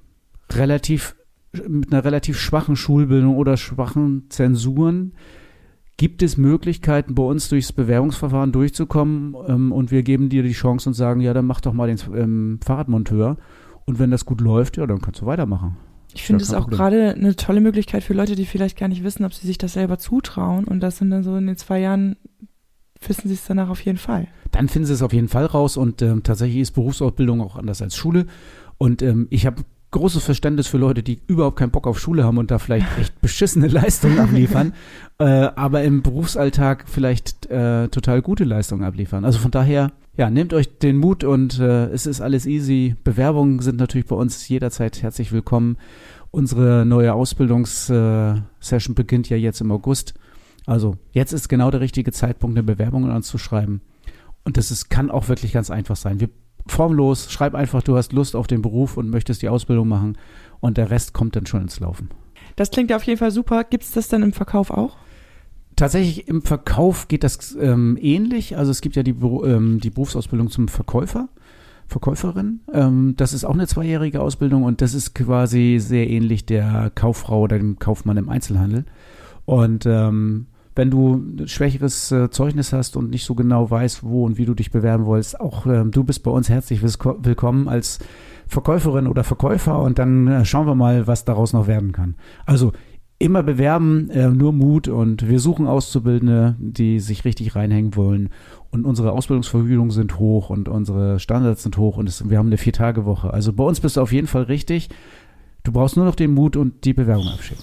einer relativ schwachen Schulbildung oder schwachen Zensuren gibt es Möglichkeiten, bei uns durchs Bewerbungsverfahren durchzukommen und wir geben dir die Chance und sagen, ja, dann mach doch mal den Fahrradmonteur und wenn das gut läuft, ja, dann kannst du weitermachen. Ich finde es auch gerade eine tolle Möglichkeit für Leute, die vielleicht gar nicht wissen, ob sie sich das selber zutrauen und das sind dann so in den 2 Jahren, wissen sie es danach auf jeden Fall. Dann finden sie es auf jeden Fall raus und tatsächlich ist Berufsausbildung auch anders als Schule und ich habe großes Verständnis für Leute, die überhaupt keinen Bock auf Schule haben und da vielleicht echt beschissene Leistungen abliefern, aber im Berufsalltag vielleicht total gute Leistungen abliefern. Also von daher, ja, nehmt euch den Mut und es ist alles easy. Bewerbungen sind natürlich bei uns jederzeit herzlich willkommen. Unsere neue Ausbildungssession beginnt ja jetzt im August. Also jetzt ist genau der richtige Zeitpunkt, eine Bewerbung anzuschreiben. Und kann auch wirklich ganz einfach sein. Formlos, schreib einfach, du hast Lust auf den Beruf und möchtest die Ausbildung machen und der Rest kommt dann schon ins Laufen. Das klingt ja auf jeden Fall super. Gibt es das dann im Verkauf auch? Tatsächlich im Verkauf geht das ähnlich. Also es gibt ja die Berufsausbildung zum Verkäuferin. Das ist auch eine 2-jährige Ausbildung und das ist quasi sehr ähnlich der Kauffrau oder dem Kaufmann im Einzelhandel. Und wenn du ein schwächeres Zeugnis hast und nicht so genau weißt, wo und wie du dich bewerben willst, auch du bist bei uns herzlich willkommen als Verkäuferin oder Verkäufer und dann schauen wir mal, was daraus noch werden kann. Also immer bewerben, nur Mut und wir suchen Auszubildende, die sich richtig reinhängen wollen und unsere Ausbildungsvergütungen sind hoch und unsere Standards sind hoch und wir haben eine 4-Tage-Woche. Also bei uns bist du auf jeden Fall richtig. Du brauchst nur noch den Mut und die Bewerbung abschicken.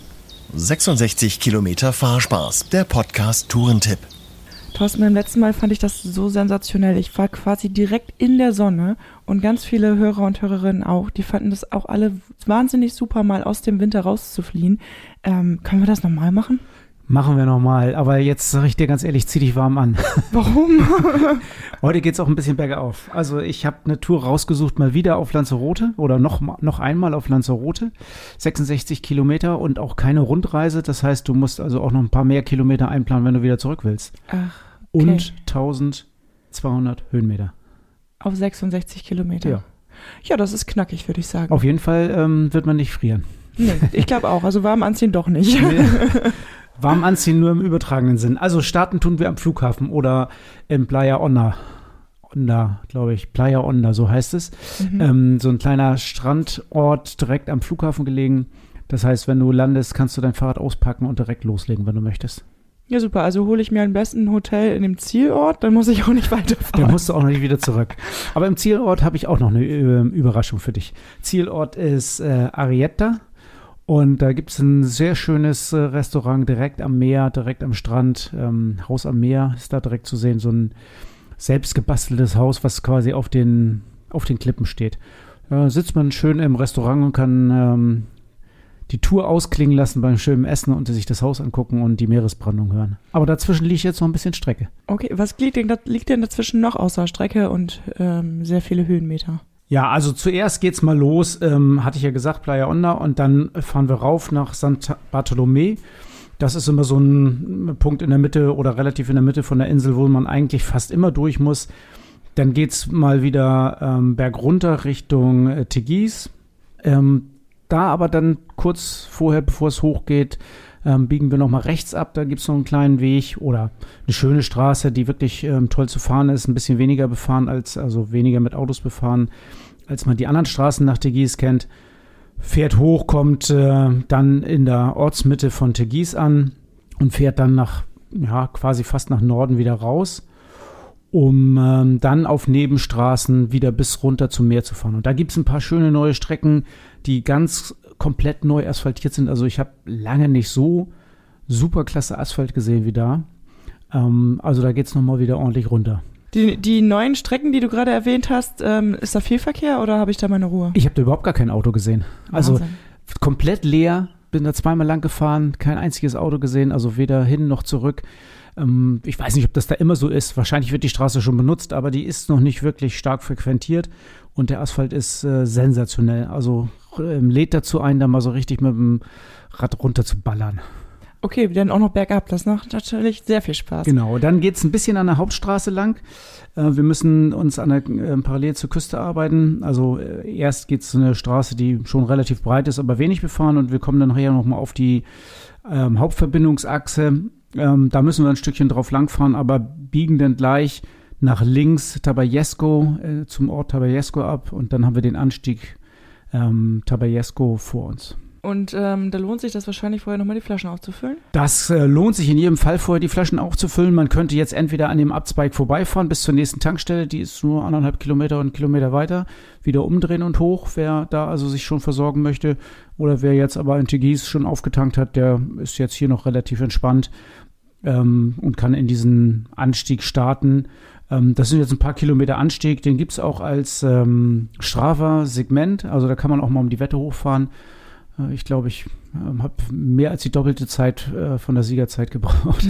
66 Kilometer Fahrspaß, der Podcast Tourentipp. Thorsten, beim letzten Mal fand ich das so sensationell. Ich war quasi direkt in der Sonne und ganz viele Hörer und Hörerinnen auch. Die fanden das auch alle wahnsinnig super, mal aus dem Winter rauszufliehen. Können wir das nochmal machen? Machen wir nochmal, aber jetzt sage ich dir ganz ehrlich, zieh dich warm an. Warum? Heute geht's auch ein bisschen bergauf. Also ich habe eine Tour rausgesucht, mal wieder auf Lanzarote oder noch einmal auf Lanzarote. 66 Kilometer und auch keine Rundreise. Das heißt, du musst also auch noch ein paar mehr Kilometer einplanen, wenn du wieder zurück willst. Ach, okay. Und 1200 Höhenmeter. Auf 66 Kilometer? Ja. Ja, das ist knackig, würde ich sagen. Auf jeden Fall wird man nicht frieren. Nee, ich glaube auch. Also warm anziehen doch nicht. Nee. Warm anziehen nur im übertragenen Sinn. Also starten tun wir am Flughafen oder in Playa Onda. Glaube ich. Playa Onda, so heißt es. So ein kleiner Strandort direkt am Flughafen gelegen. Das heißt, wenn du landest, kannst du dein Fahrrad auspacken und direkt loslegen, wenn du möchtest. Ja, super. Also hole ich mir am besten ein Hotel in dem Zielort, dann muss ich auch nicht weiterfahren. Dann musst du auch noch nicht wieder zurück. Aber im Zielort habe ich auch noch eine Überraschung für dich. Zielort ist Arrieta. Und da gibt es ein sehr schönes Restaurant direkt am Meer, direkt am Strand. Haus am Meer ist da direkt zu sehen. So ein selbst gebasteltes Haus, was quasi auf den Klippen steht. Sitzt man schön im Restaurant und kann die Tour ausklingen lassen beim schönen Essen und sich das Haus angucken und die Meeresbrandung hören. Aber dazwischen liegt jetzt noch ein bisschen Strecke. Okay, was liegt denn dazwischen noch außer Strecke und sehr viele Höhenmeter? Ja, also zuerst geht's mal los, hatte ich ja gesagt, Playa Onda, und dann fahren wir rauf nach Santa Bartolomé. Das ist immer so ein Punkt in der Mitte oder relativ in der Mitte von der Insel, wo man eigentlich fast immer durch muss. Dann geht's mal wieder bergunter Richtung Teguise. Da aber dann kurz vorher, bevor es hochgeht, biegen wir nochmal rechts ab. Da gibt es noch einen kleinen Weg oder eine schöne Straße, die wirklich toll zu fahren ist. Ein bisschen weniger befahren also weniger mit Autos befahren, als man die anderen Straßen nach Teguise kennt. Fährt hoch, kommt dann in der Ortsmitte von Teguise an und fährt dann quasi fast nach Norden wieder raus, um dann auf Nebenstraßen wieder bis runter zum Meer zu fahren. Und da gibt es ein paar schöne neue Strecken, die ganz komplett neu asphaltiert sind. Also ich habe lange nicht so super klasse Asphalt gesehen wie da. Also da geht es nochmal wieder ordentlich runter. Die neuen Strecken, die du gerade erwähnt hast, ist da viel Verkehr oder habe ich da meine Ruhe? Ich habe da überhaupt gar kein Auto gesehen. Also komplett leer, bin da zweimal lang gefahren, kein einziges Auto gesehen, also weder hin noch zurück. Ich weiß nicht, ob das da immer so ist. Wahrscheinlich wird die Straße schon benutzt, aber die ist noch nicht wirklich stark frequentiert und der Asphalt ist sensationell. Also lädt dazu ein, da mal so richtig mit dem Rad runter zu ballern. Okay, dann auch noch bergab, das macht natürlich sehr viel Spaß. Genau, dann geht es ein bisschen an der Hauptstraße lang. Wir müssen uns parallel zur Küste arbeiten. Also erst geht es eine Straße, die schon relativ breit ist, aber wenig befahren und wir kommen dann nachher nochmal auf die Hauptverbindungsachse. Da müssen wir ein Stückchen drauf langfahren, aber biegen dann gleich nach links Tabayesco, zum Ort Tabayesco ab und dann haben wir den Anstieg Tabayesco vor uns. Und da lohnt sich das wahrscheinlich vorher nochmal die Flaschen aufzufüllen? Das lohnt sich in jedem Fall vorher, die Flaschen aufzufüllen. Man könnte jetzt entweder an dem Abzweig vorbeifahren bis zur nächsten Tankstelle, die ist nur 1,5 Kilometer und 1 Kilometer weiter, wieder umdrehen und hoch, wer da also sich schon versorgen möchte. Oder wer jetzt aber in Teguise schon aufgetankt hat, der ist jetzt hier noch relativ entspannt und kann in diesen Anstieg starten. Das sind jetzt ein paar Kilometer Anstieg, den gibt es auch als Strava-Segment, also da kann man auch mal um die Wette hochfahren. Ich glaube, ich habe mehr als die doppelte Zeit von der Siegerzeit gebraucht.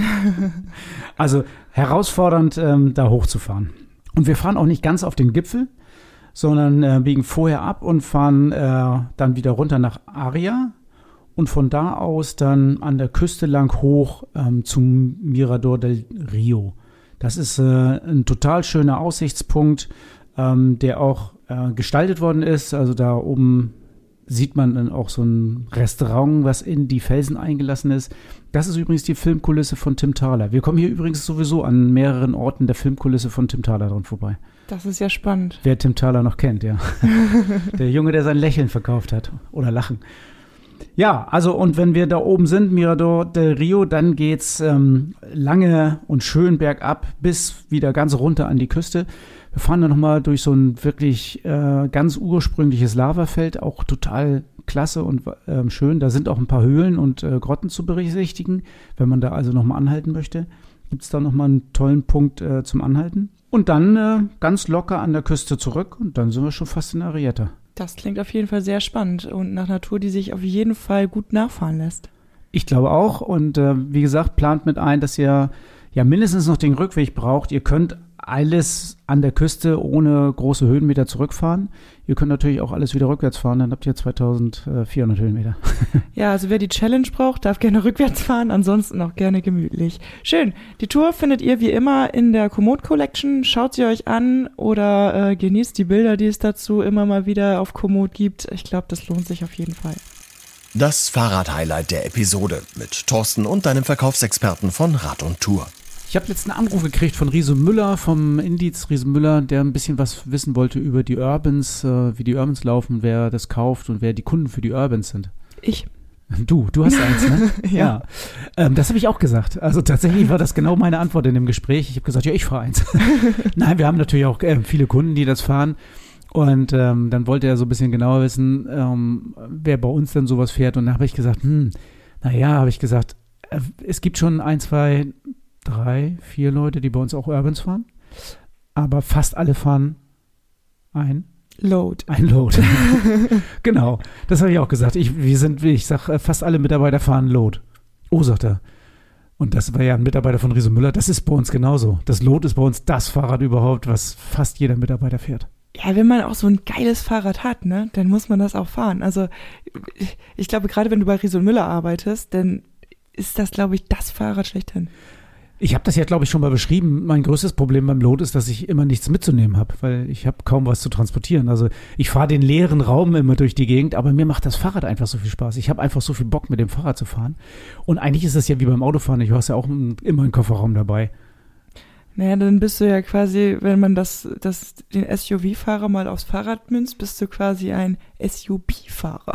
Also herausfordernd, da hochzufahren. Und wir fahren auch nicht ganz auf den Gipfel, sondern biegen vorher ab und fahren dann wieder runter nach Aria und von da aus dann an der Küste lang hoch zum Mirador del Rio. Das ist ein total schöner Aussichtspunkt, der auch gestaltet worden ist. Also da oben sieht man dann auch so ein Restaurant, was in die Felsen eingelassen ist. Das ist übrigens die Filmkulisse von Tim Thaler. Wir kommen hier übrigens sowieso an mehreren Orten der Filmkulisse von Tim Thaler dran vorbei. Das ist ja spannend. Wer Tim Thaler noch kennt, ja. Der Junge, der sein Lächeln verkauft hat. Oder Lachen. Ja, also und wenn wir da oben sind, Mirador del Rio, dann geht's lange und schön bergab bis wieder ganz runter an die Küste. Wir fahren dann nochmal durch so ein wirklich ganz ursprüngliches Lavafeld, auch total klasse und schön. Da sind auch ein paar Höhlen und Grotten zu besichtigen. Wenn man da also nochmal anhalten möchte, gibt es da nochmal einen tollen Punkt zum Anhalten. Und dann ganz locker an der Küste zurück und dann sind wir schon fast in Arrieta. Das klingt auf jeden Fall sehr spannend und nach Natur, die sich auf jeden Fall gut nachfahren lässt. Ich glaube auch und wie gesagt, plant mit ein, dass ihr ja mindestens noch den Rückweg braucht. Ihr könnt alles an der Küste ohne große Höhenmeter zurückfahren. Ihr könnt natürlich auch alles wieder rückwärts fahren, dann habt ihr 2400 Höhenmeter. Ja, also wer die Challenge braucht, darf gerne rückwärts fahren, ansonsten auch gerne gemütlich. Schön, die Tour findet ihr wie immer in der Komoot Collection. Schaut sie euch an oder genießt die Bilder, die es dazu immer mal wieder auf Komoot gibt. Ich glaube, das lohnt sich auf jeden Fall. Das Fahrrad-Highlight der Episode mit Thorsten und deinem Verkaufsexperten von Rad und Tour. Ich habe letzten Anruf gekriegt von Riso Müller, vom Indiz Riso Müller, der ein bisschen was wissen wollte über die Urbans, wie die Urbans laufen, wer das kauft und wer die Kunden für die Urbans sind. Ich. Du hast eins, ne? Ja. Das habe ich auch gesagt. Also tatsächlich war das genau meine Antwort in dem Gespräch. Ich habe gesagt, ja, ich fahre eins. Nein, wir haben natürlich auch viele Kunden, die das fahren. Und dann wollte er so ein bisschen genauer wissen, wer bei uns denn sowas fährt. Und dann habe ich gesagt, es gibt schon 1, 2, 3, 4 Leute, die bei uns auch Urbans fahren. Aber fast alle fahren ein Load. Genau, das habe ich auch gesagt. Ich sage, fast alle Mitarbeiter fahren Load. Oh, sagt er. Und das war ja ein Mitarbeiter von Riso Müller. Das ist bei uns genauso. Das Load ist bei uns das Fahrrad überhaupt, was fast jeder Mitarbeiter fährt. Ja, wenn man auch so ein geiles Fahrrad hat, ne, dann muss man das auch fahren. Also ich glaube, gerade wenn du bei Riso Müller arbeitest, dann ist das, glaube ich, das Fahrrad schlechthin. Ich habe das ja, glaube ich, schon mal beschrieben. Mein größtes Problem beim Load ist, dass ich immer nichts mitzunehmen habe, weil ich habe kaum was zu transportieren. Also ich fahre den leeren Raum immer durch die Gegend, aber mir macht das Fahrrad einfach so viel Spaß. Ich habe einfach so viel Bock, mit dem Fahrrad zu fahren. Und eigentlich ist es ja wie beim Autofahren. Ich hast ja auch immer einen Kofferraum dabei. Naja, dann bist du ja quasi, wenn man den SUV-Fahrer mal aufs Fahrrad münzt, bist du quasi ein SUV-Fahrer.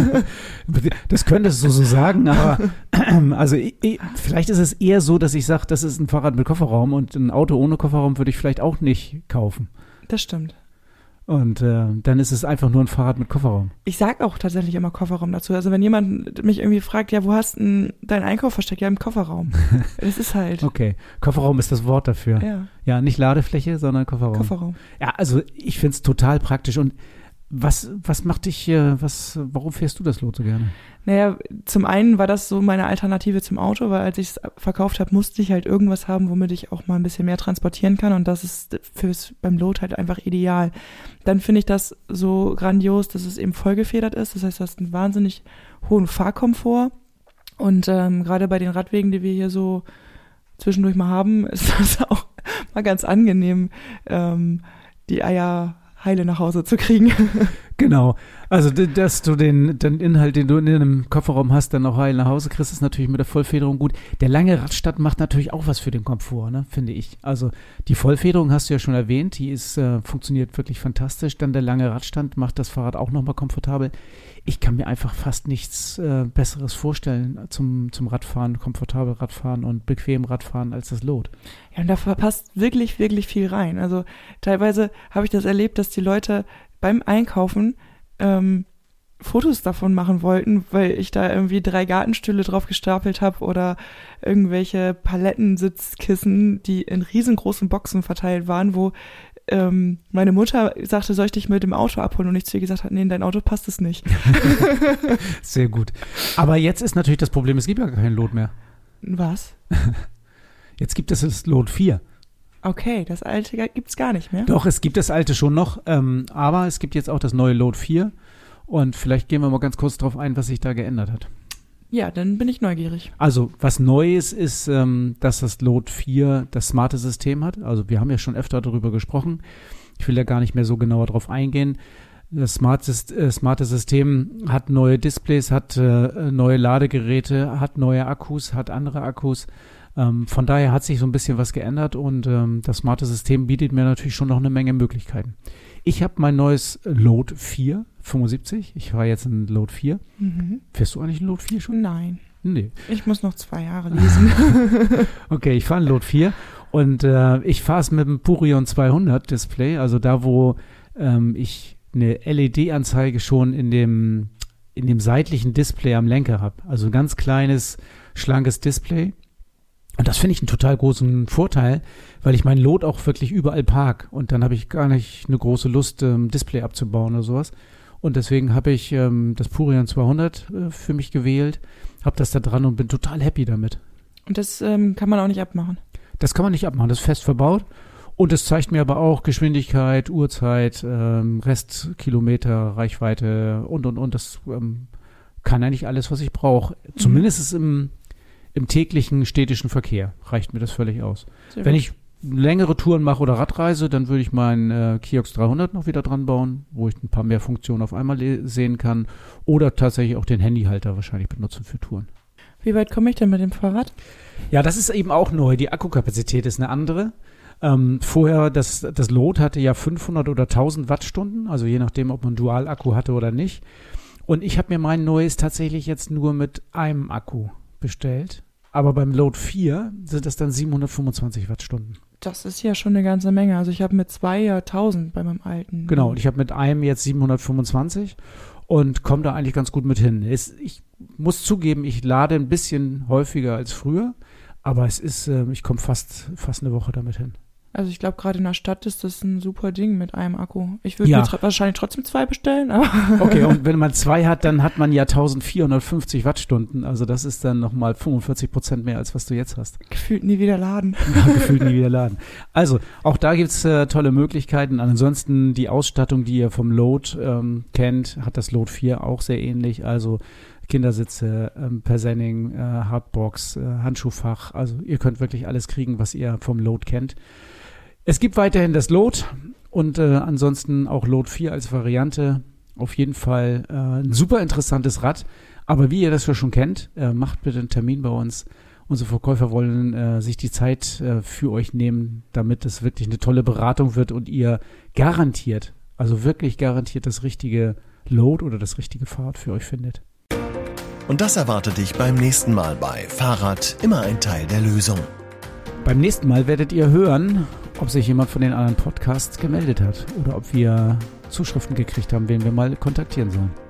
Das könntest du so sagen, aber also vielleicht ist es eher so, dass ich sage, das ist ein Fahrrad mit Kofferraum und ein Auto ohne Kofferraum würde ich vielleicht auch nicht kaufen. Das stimmt. Und dann ist es einfach nur ein Fahrrad mit Kofferraum. Ich sag auch tatsächlich immer Kofferraum dazu. Also wenn jemand mich irgendwie fragt, ja, wo hast du deinen Einkauf versteckt? Ja, im Kofferraum. Das ist halt. Okay, Kofferraum ist das Wort dafür. Ja. Ja, nicht Ladefläche, sondern Kofferraum. Ja, also ich finde es total praktisch. Und was macht dich, warum fährst du das Load so gerne? Naja, zum einen war das so meine Alternative zum Auto, weil als ich es verkauft habe, musste ich halt irgendwas haben, womit ich auch mal ein bisschen mehr transportieren kann, und das ist beim Load halt einfach ideal. Dann finde ich das so grandios, dass es eben vollgefedert ist, das heißt, du hast einen wahnsinnig hohen Fahrkomfort, und gerade bei den Radwegen, die wir hier so zwischendurch mal haben, ist das auch mal ganz angenehm, die Eier heile nach Hause zu kriegen. Genau, also dass du den Inhalt, den du in einem Kofferraum hast, dann auch heil nach Hause kriegst, ist natürlich mit der Vollfederung gut. Der lange Radstand macht natürlich auch was für den Komfort, ne, finde ich. Also die Vollfederung hast du ja schon erwähnt, die funktioniert wirklich fantastisch. Dann der lange Radstand macht das Fahrrad auch nochmal komfortabel. Ich kann mir einfach fast nichts Besseres vorstellen zum Radfahren, komfortabel Radfahren und bequem Radfahren als das Load. Ja, und da passt wirklich, wirklich viel rein. Also teilweise habe ich das erlebt, dass die Leute beim Einkaufen Fotos davon machen wollten, weil ich da irgendwie 3 Gartenstühle drauf gestapelt habe oder irgendwelche Palettensitzkissen, die in riesengroßen Boxen verteilt waren, wo meine Mutter sagte, soll ich dich mit dem Auto abholen, und ich zu ihr gesagt habe, nee, in dein Auto passt es nicht. Sehr gut. Aber jetzt ist natürlich das Problem, es gibt ja gar kein Load mehr. Was? Jetzt gibt es das Load 4. Okay, das alte gibt's gar nicht mehr. Doch, es gibt das alte schon noch, aber es gibt jetzt auch das neue Load 4, und vielleicht gehen wir mal ganz kurz drauf ein, was sich da geändert hat. Ja, dann bin ich neugierig. Also was Neues ist, dass das Load 4 das smarte System hat. Also wir haben ja schon öfter darüber gesprochen. Ich will ja gar nicht mehr so genauer drauf eingehen. Das smarte System hat neue Displays, hat neue Ladegeräte, hat neue Akkus, hat andere Akkus. Von daher hat sich so ein bisschen was geändert, und das smarte System bietet mir natürlich schon noch eine Menge Möglichkeiten. Ich habe mein neues Load 4 75. Ich fahre jetzt ein Load 4. Mhm. Fährst du eigentlich ein Load 4 schon? Nein. Nee. Ich muss noch 2 Jahre lesen. Okay, ich fahre ein Load 4, und ich fahre es mit dem Purion 200 Display, also da, wo ich eine LED-Anzeige schon in dem seitlichen Display am Lenker habe. Also ein ganz kleines, schlankes Display. Und das finde ich einen total großen Vorteil, weil ich mein Load auch wirklich überall park, und dann habe ich gar nicht eine große Lust, Display abzubauen oder sowas. Und deswegen habe ich das Purion 200 für mich gewählt, habe das da dran und bin total happy damit. Und das kann man auch nicht abmachen? Das kann man nicht abmachen, das ist fest verbaut, und es zeigt mir aber auch Geschwindigkeit, Uhrzeit, Restkilometer, Reichweite und. Das kann eigentlich alles, was ich brauche. Zumindest im täglichen städtischen Verkehr reicht mir das völlig aus. Wenn ich längere Touren mache oder Radreise, dann würde ich meinen Kiox 300 noch wieder dran bauen, wo ich ein paar mehr Funktionen auf einmal sehen kann. Oder tatsächlich auch den Handyhalter wahrscheinlich benutzen für Touren. Wie weit komme ich denn mit dem Fahrrad? Ja, das ist eben auch neu. Die Akkukapazität ist eine andere. Vorher, das Load hatte ja 500 oder 1000 Wattstunden, also je nachdem, ob man Dual-Akku hatte oder nicht. Und ich habe mir mein neues tatsächlich jetzt nur mit einem Akku bestellt. Aber beim Load 4 sind das dann 725 Wattstunden. Das ist ja schon eine ganze Menge. Also ich habe mit 2 ja 1000 bei meinem alten. Genau, und ich habe mit einem jetzt 725 und komme da eigentlich ganz gut mit hin. Ich muss zugeben, ich lade ein bisschen häufiger als früher, aber ich komme fast eine Woche damit hin. Also ich glaube, gerade in der Stadt ist das ein super Ding mit einem Akku. Ich würde mir wahrscheinlich trotzdem 2 bestellen. Aber okay, und wenn man 2 hat, dann hat man ja 1450 Wattstunden. Also das ist dann nochmal 45% mehr, als was du jetzt hast. Gefühlt nie wieder laden. Ja, gefühlt nie wieder laden. Also auch da gibt's tolle Möglichkeiten. Ansonsten die Ausstattung, die ihr vom Load kennt, hat das Load 4 auch sehr ähnlich. Also Kindersitze, Persenning, Hardbox, Handschuhfach. Also ihr könnt wirklich alles kriegen, was ihr vom Load kennt. Es gibt weiterhin das Load und ansonsten auch Load 4 als Variante. Auf jeden Fall ein super interessantes Rad. Aber wie ihr das schon kennt, macht bitte einen Termin bei uns. Unsere Verkäufer wollen sich die Zeit für euch nehmen, damit es wirklich eine tolle Beratung wird und ihr garantiert, also wirklich garantiert das richtige Load oder das richtige Fahrrad für euch findet. Und das erwartet dich beim nächsten Mal bei Fahrrad immer ein Teil der Lösung. Beim nächsten Mal werdet ihr hören, ob sich jemand von den anderen Podcasts gemeldet hat oder ob wir Zuschriften gekriegt haben, wen wir mal kontaktieren sollen.